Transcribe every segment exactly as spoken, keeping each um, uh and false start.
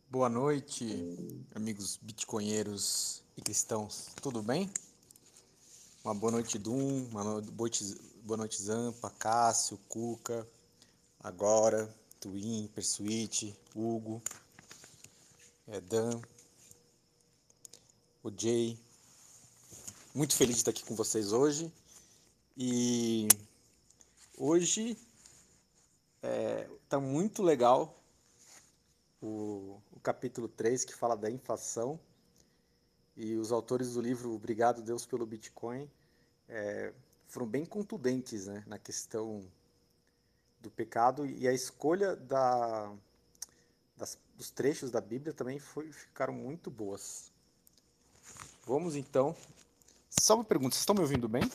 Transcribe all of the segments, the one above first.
Boa noite, amigos bitcoinheiros e cristãos, tudo bem? Uma boa noite, Dum, uma no- boite- boa noite, Zampa, Cássio, Cuca, Agora, Twin, Persuite, Hugo, eh, Dan, o Jay. Muito feliz de estar aqui com vocês hoje. E hoje está muito legal o, o capítulo três que fala da inflação. E os autores do livro Obrigado, Deus, pelo Bitcoin eh, foram bem contundentes, né, na questão do pecado, e a escolha da, das, dos trechos da Bíblia também foi, ficaram muito boas. Vamos então. Só uma pergunta, vocês estão me ouvindo bem?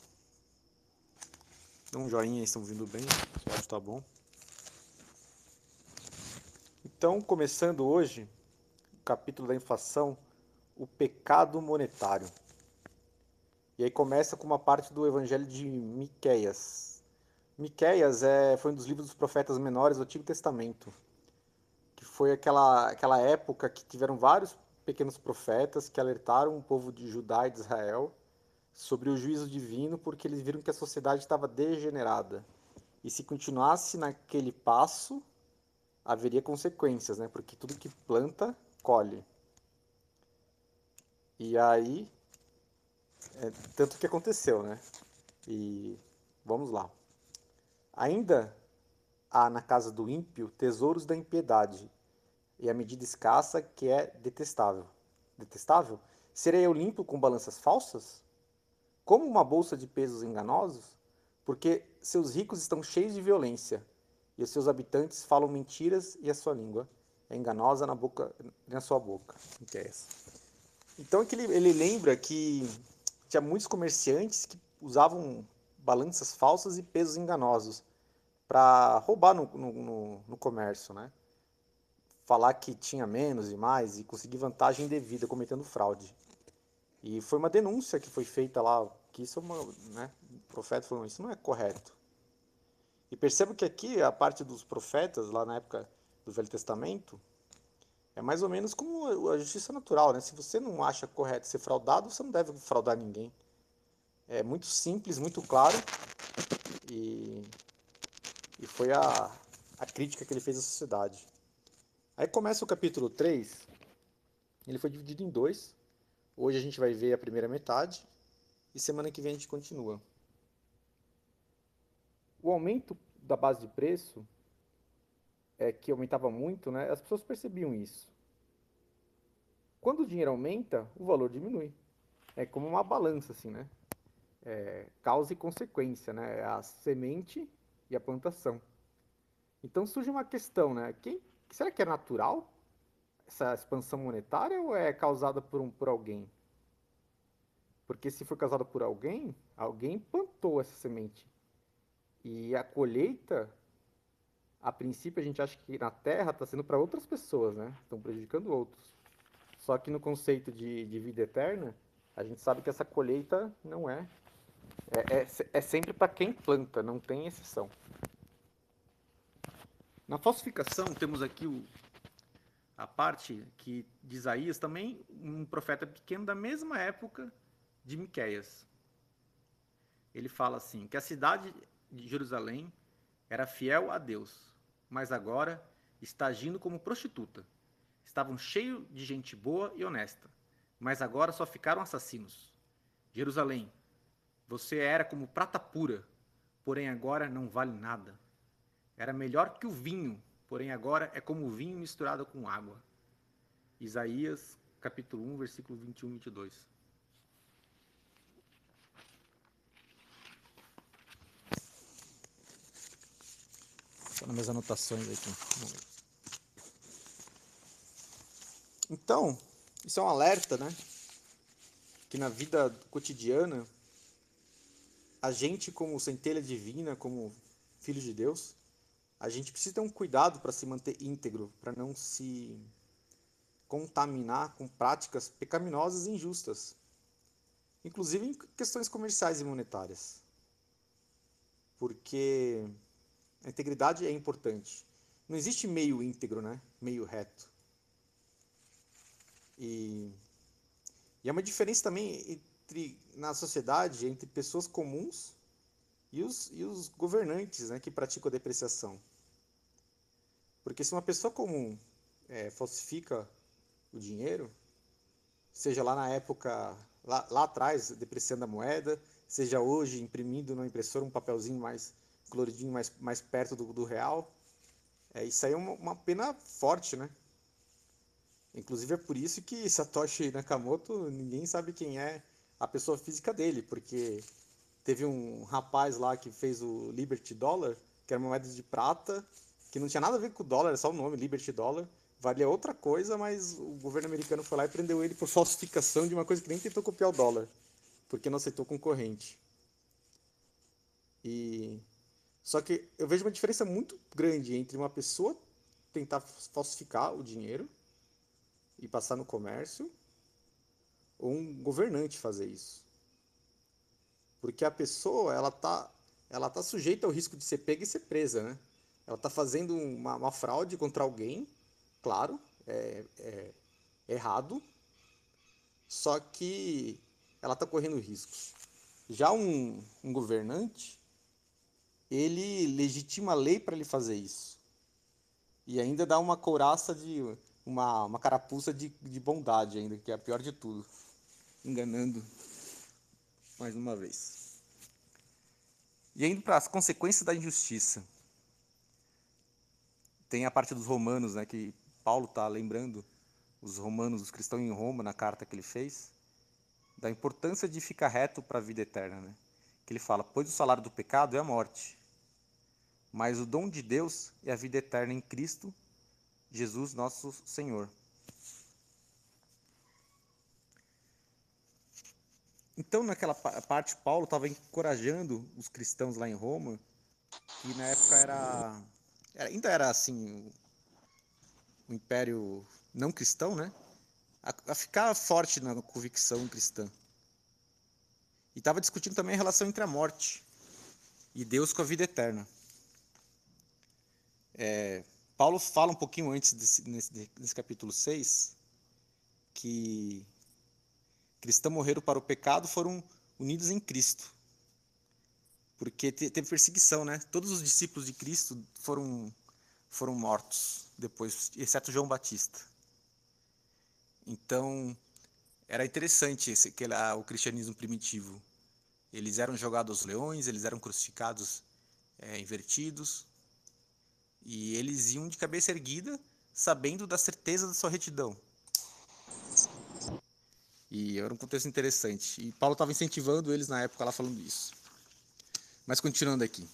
Dá um joinha aí, estão me ouvindo bem? O áudio tá bom. Então, começando hoje, o capítulo da inflação, o pecado monetário. E aí começa com uma parte do Evangelho de Miqueias. Miqueias é, foi um dos livros dos profetas menores do Antigo Testamento, que foi aquela, aquela época que tiveram vários pequenos profetas que alertaram o povo de Judá e de Israel sobre o juízo divino, porque eles viram que a sociedade estava degenerada. E se continuasse naquele passo, haveria consequências, né? Porque tudo que planta, colhe. E aí, é, tanto que aconteceu, né? E vamos lá. Ainda há na casa do ímpio tesouros da impiedade, e a medida escassa que é detestável. Detestável? Serei eu limpo com balanças falsas? Como uma bolsa de pesos enganosos? Porque seus ricos estão cheios de violência, e os seus habitantes falam mentiras, e a sua língua é enganosa na, boca, na sua boca. O que é essa? Então é que ele, ele lembra que tinha muitos comerciantes que usavam balanças falsas e pesos enganosos para roubar no, no, no, no comércio, né? Falar que tinha menos e mais e conseguir vantagem indevida cometendo fraude. E foi uma denúncia que foi feita lá, que isso é uma, né, o profeta falou, isso não é correto. E perceba que aqui a parte dos profetas, lá na época do Velho Testamento, é mais ou menos como a justiça natural, né? Se você não acha correto ser fraudado, você não deve fraudar ninguém. É muito simples, muito claro, e, e foi a, a crítica que ele fez à sociedade. Aí começa o capítulo três, ele foi dividido em dois. Hoje a gente vai ver a primeira metade, e semana que vem a gente continua. O aumento da base de preço, é, que aumentava muito, né, as pessoas percebiam isso. Quando o dinheiro aumenta, o valor diminui. É como uma balança, assim, né? É, causa e consequência, né? A semente e a plantação. Então surge uma questão, né? Quem, será que é natural essa expansão monetária ou é causada por, um, por alguém? Porque se for causada por alguém, alguém plantou essa semente. E a colheita, a princípio, a gente acha que na Terra está sendo para outras pessoas, né? Estão prejudicando outros. Só que no conceito de, de vida eterna, a gente sabe que essa colheita não é. É, é, é sempre para quem planta, não tem exceção. Na falsificação, temos aqui o, a parte que de Isaías, também um profeta pequeno da mesma época de Miqueias. Ele fala assim, que a cidade de Jerusalém era fiel a Deus, mas agora está agindo como prostituta. Estavam cheios de gente boa e honesta, mas agora só ficaram assassinos. Jerusalém, você era como prata pura, porém agora não vale nada. Era melhor que o vinho, porém agora é como o vinho misturado com água. Isaías, capítulo um, versículo vinte e um e vinte e dois. Só nas minhas anotações aqui. Então, isso é um alerta, né? Que na vida cotidiana, a gente, como centelha divina, como filho de Deus, a gente precisa ter um cuidado para se manter íntegro, para não se contaminar com práticas pecaminosas e injustas, inclusive em questões comerciais e monetárias, porque a integridade é importante. Não existe meio íntegro, né? Meio reto. E, e é uma diferença também entre, na sociedade entre pessoas comuns e os, e os governantes, né, que praticam a depreciação. Porque se uma pessoa comum é, falsifica o dinheiro, seja lá na época, lá, lá atrás, depreciando a moeda, seja hoje imprimindo na impressora um papelzinho mais coloridinho, mais, mais perto do, do real, é, isso aí é uma, uma pena forte, né? Inclusive é por isso que Satoshi Nakamoto, ninguém sabe quem é a pessoa física dele, porque teve um rapaz lá que fez o Liberty Dollar, que era uma moeda de prata, que não tinha nada a ver com o dólar, era só o nome, Liberty Dollar, valia outra coisa, mas o governo americano foi lá e prendeu ele por falsificação de uma coisa que nem tentou copiar o dólar, porque não aceitou concorrente. E só que eu vejo uma diferença muito grande entre uma pessoa tentar falsificar o dinheiro e passar no comércio ou um governante fazer isso. Porque a pessoa, ela tá, ela tá sujeita ao risco de ser pega e ser presa, né? Ela tá fazendo uma, uma fraude contra alguém, claro, é, é errado, só que ela tá correndo riscos. Já um, um governante, ele legitima a lei para ele fazer isso. E ainda dá uma couraça de, uma, uma carapuça de, de bondade ainda, que é a pior de tudo. Enganando mais uma vez. E indo para as consequências da injustiça. Tem a parte dos romanos, né, que Paulo está lembrando, os romanos, os cristãos em Roma, na carta que ele fez, da importância de ficar reto para a vida eterna. Né? Que ele fala, pois o salário do pecado é a morte, mas o dom de Deus é a vida eterna em Cristo Jesus nosso Senhor. Então, naquela parte, Paulo estava encorajando os cristãos lá em Roma, que na época era, era ainda era assim, o um império não cristão, né? A, a ficar forte na convicção cristã. E estava discutindo também a relação entre a morte e Deus com a vida eterna. É, Paulo fala um pouquinho antes, desse, nesse, nesse capítulo seis, que cristãos morreram para o pecado, foram unidos em Cristo. Porque teve perseguição, né? Todos os discípulos de Cristo foram, foram mortos depois, exceto João Batista. Então, era interessante esse, aquele, o cristianismo primitivo. Eles eram jogados aos leões, eles eram crucificados é, invertidos, e eles iam de cabeça erguida, sabendo da certeza da sua retidão. E era um contexto interessante. E Paulo estava incentivando eles na época lá falando isso. Mas continuando aqui.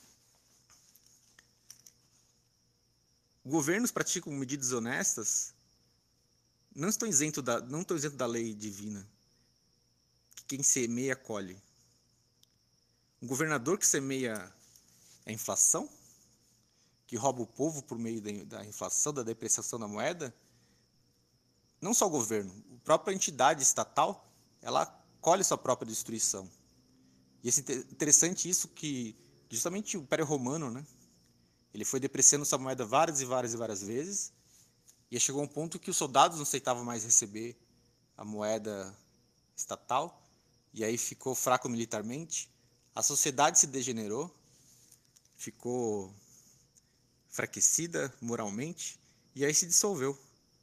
Governos praticam medidas honestas, não estão isentos da, não estão isentos da lei divina. Que quem semeia, colhe. Um governador que semeia a inflação, que rouba o povo por meio da inflação, da depreciação da moeda, não só o governo, a própria entidade estatal, ela colhe sua própria destruição. E é interessante isso que justamente o Império Romano, né, ele foi depreciando sua moeda várias e várias e várias vezes, e chegou a um ponto que os soldados não aceitavam mais receber a moeda estatal, e aí ficou fraco militarmente, a sociedade se degenerou, ficou enfraquecida moralmente, e aí se dissolveu.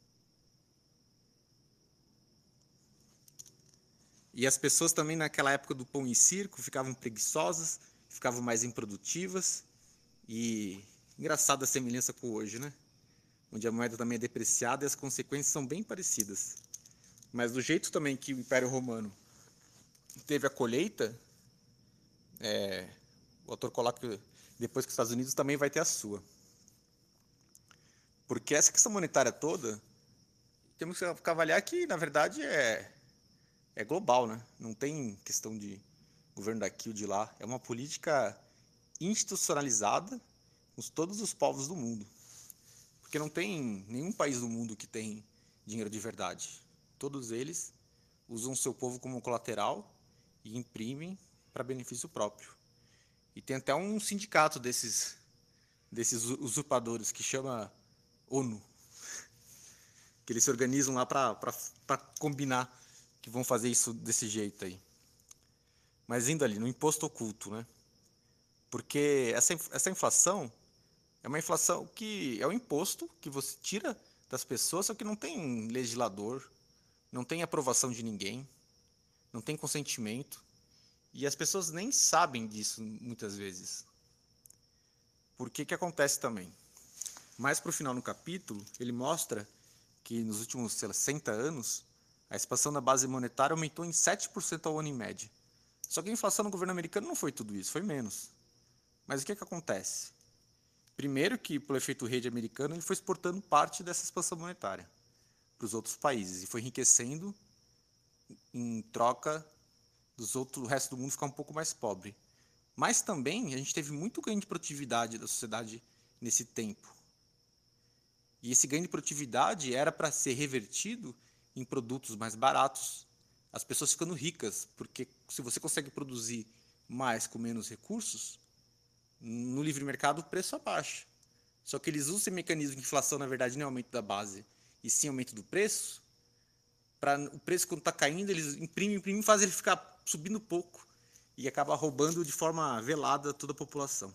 E as pessoas também naquela época do pão e circo ficavam preguiçosas, ficavam mais improdutivas, e engraçada a semelhança com hoje, né? Onde a moeda também é depreciada e as consequências são bem parecidas. Mas do jeito também que o Império Romano teve a colheita, é, o autor coloca que depois que os Estados Unidos também vai ter a sua. Porque essa questão monetária toda, temos que avaliar que, na verdade, é, é global, né? Não tem questão de governo daqui ou de lá. É uma política institucionalizada com todos os povos do mundo. Porque não tem nenhum país do mundo que tem dinheiro de verdade. Todos eles usam seu povo como colateral e imprimem para benefício próprio. E tem até um sindicato desses, desses usurpadores que chama ONU. que eles se organizam lá para combinar que vão fazer isso desse jeito aí. Mas indo ali, no imposto oculto, né? Porque essa, essa inflação é uma inflação que é um imposto que você tira das pessoas, só que não tem legislador, não tem aprovação de ninguém, não tem consentimento, e as pessoas nem sabem disso muitas vezes. Por que que acontece também? Mais para o final no capítulo, ele mostra que nos últimos sei lá, sessenta anos, a expansão da base monetária aumentou em sete por cento ao ano em média. Só que a inflação no governo americano não foi tudo isso, foi menos. Mas o que que acontece? Primeiro que, pelo efeito rede americano, ele foi exportando parte dessa expansão monetária para os outros países e foi enriquecendo em troca dos outros, o resto do mundo ficar um pouco mais pobre. Mas também a gente teve muito ganho de produtividade da sociedade nesse tempo. E esse ganho de produtividade era para ser revertido em produtos mais baratos, as pessoas ficando ricas, porque se você consegue produzir mais com menos recursos, no livre mercado o preço abaixa. Só que eles usam esse mecanismo de inflação, na verdade, não é aumento da base, e sim aumento do preço. Para o preço, quando está caindo, eles imprimem, imprimem, fazem ele ficar subindo pouco e acaba roubando de forma velada toda a população.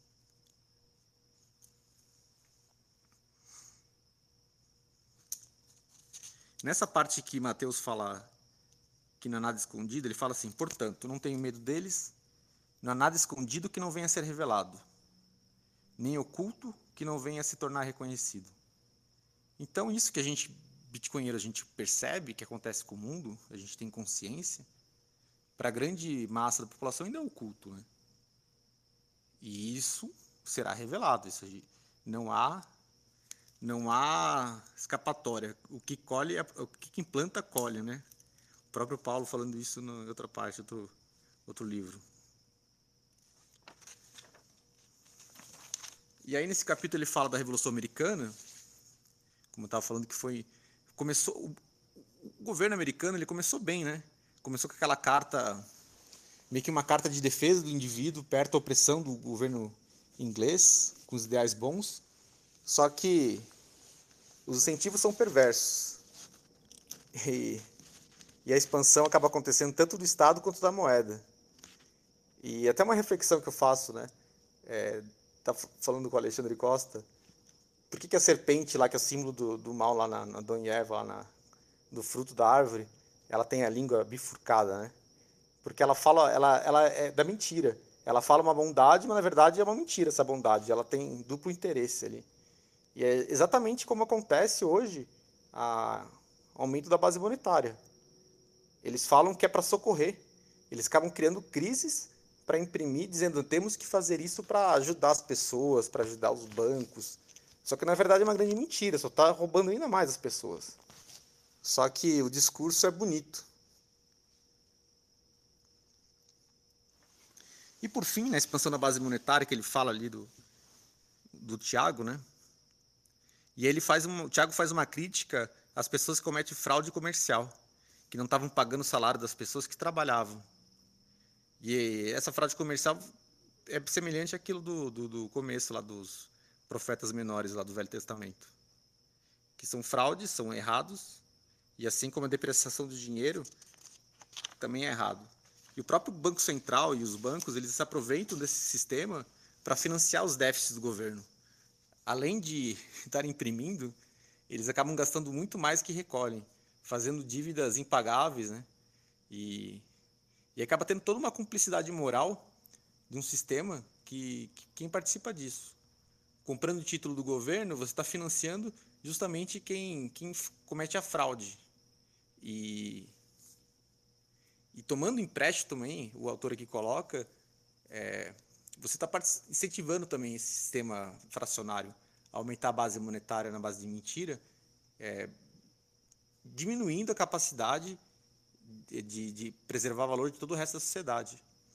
Nessa parte que Mateus fala que não há nada escondido, ele fala assim: portanto, não tenho medo deles, não há nada escondido que não venha a ser revelado, nem oculto que não venha a se tornar reconhecido. Então, isso que a gente, bitcoinheiro, a gente percebe que acontece com o mundo, a gente tem consciência, para a grande massa da população ainda é oculto, né? E isso será revelado, isso aí, não há não há escapatória. O que colhe, o que implanta colhe, né? O próprio Paulo falando isso em outra parte, outro outro livro. E aí nesse capítulo ele fala da Revolução Americana, como eu estava falando que foi começou o, o governo americano, ele começou bem, né? Começou com aquela carta, meio que uma carta de defesa do indivíduo perto da opressão do governo inglês, com os ideais bons. Só que os incentivos são perversos. E, e a expansão acaba acontecendo tanto do Estado quanto da moeda. E até uma reflexão que eu faço, né? É, tá falando com o Alexandre Costa. Por que, que a serpente lá, que é o símbolo do, do mal lá na, na Dona Eva, lá na, do fruto da árvore, ela tem a língua bifurcada, né? Porque ela fala, ela, ela é da mentira. Ela fala uma bondade, mas na verdade é uma mentira essa bondade. Ela tem duplo interesse ali. E é exatamente como acontece hoje o aumento da base monetária. Eles falam que é para socorrer. Eles acabam criando crises para imprimir, dizendo temos que fazer isso para ajudar as pessoas, para ajudar os bancos. Só que na verdade é uma grande mentira, só está roubando ainda mais as pessoas. Só que o discurso é bonito. E por fim, na expansão da base monetária que ele fala ali do, do Tiago, né? E ele faz um, o Tiago faz uma crítica às pessoas que cometem fraude comercial, que não estavam pagando o salário das pessoas que trabalhavam. E essa fraude comercial é semelhante àquilo do, do, do começo lá dos profetas menores lá do Velho Testamento, que são fraudes, são errados, e assim como a depreciação do dinheiro também é errado. E o próprio Banco Central e os bancos, eles se aproveitam desse sistema para financiar os déficits do governo. Além de estar imprimindo, eles acabam gastando muito mais que recolhem, fazendo dívidas impagáveis, né? E, e acaba tendo toda uma cumplicidade moral de um sistema que, que quem participa disso. Comprando o título do governo, você está financiando justamente quem, quem comete a fraude. E, e tomando empréstimo também, o autor aqui coloca, é, você está incentivando também esse sistema fracionário a aumentar a base monetária na base de mentira, é, diminuindo a capacidade de, de, de preservar o valor de todo o resto da sociedade.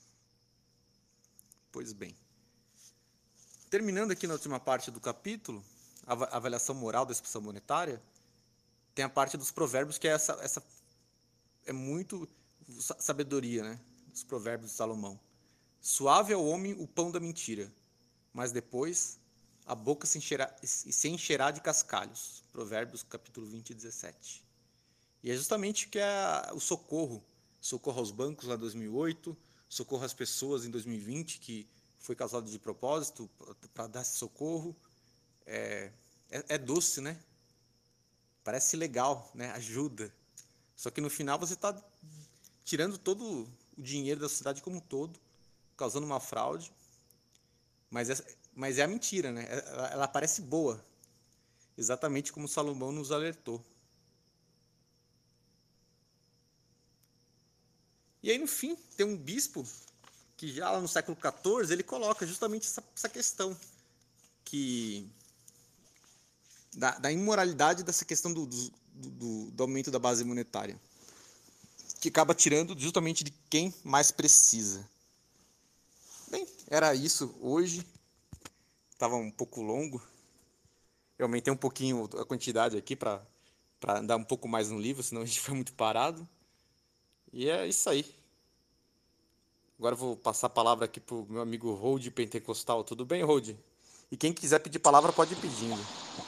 Pois bem. Terminando aqui na última parte do capítulo, a avaliação moral da expansão monetária, tem a parte dos provérbios, que é essa, essa é muito sabedoria, né? Os provérbios de Salomão. Suave é o homem o pão da mentira, mas depois a boca se encherá, se encherá de cascalhos. Provérbios capítulo vinte, dezessete. E é justamente o que é o socorro. Socorro aos bancos lá em dois mil e oito, socorro às pessoas em dois mil e vinte, que foi causado de propósito para dar esse socorro. É, é, é doce, né? Parece legal, né? Ajuda. Só que no final você está tirando todo o dinheiro da sociedade como um todo, causando uma fraude. Mas é, mas é a mentira, né? Ela, ela parece boa, exatamente como Salomão nos alertou. E aí, no fim, tem um bispo que já lá no século quatorze ele coloca justamente essa, essa questão que da, da imoralidade dessa questão do, do, do, do aumento da base monetária, que acaba tirando justamente de quem mais precisa. Bem, era isso hoje. Estava um pouco longo. Eu aumentei um pouquinho a quantidade aqui para para andar um pouco mais no livro, senão a gente foi muito parado. E é isso aí. Agora eu vou passar a palavra aqui pro meu amigo Rold Pentecostal. Tudo bem, Rold? E quem quiser pedir palavra pode ir pedindo.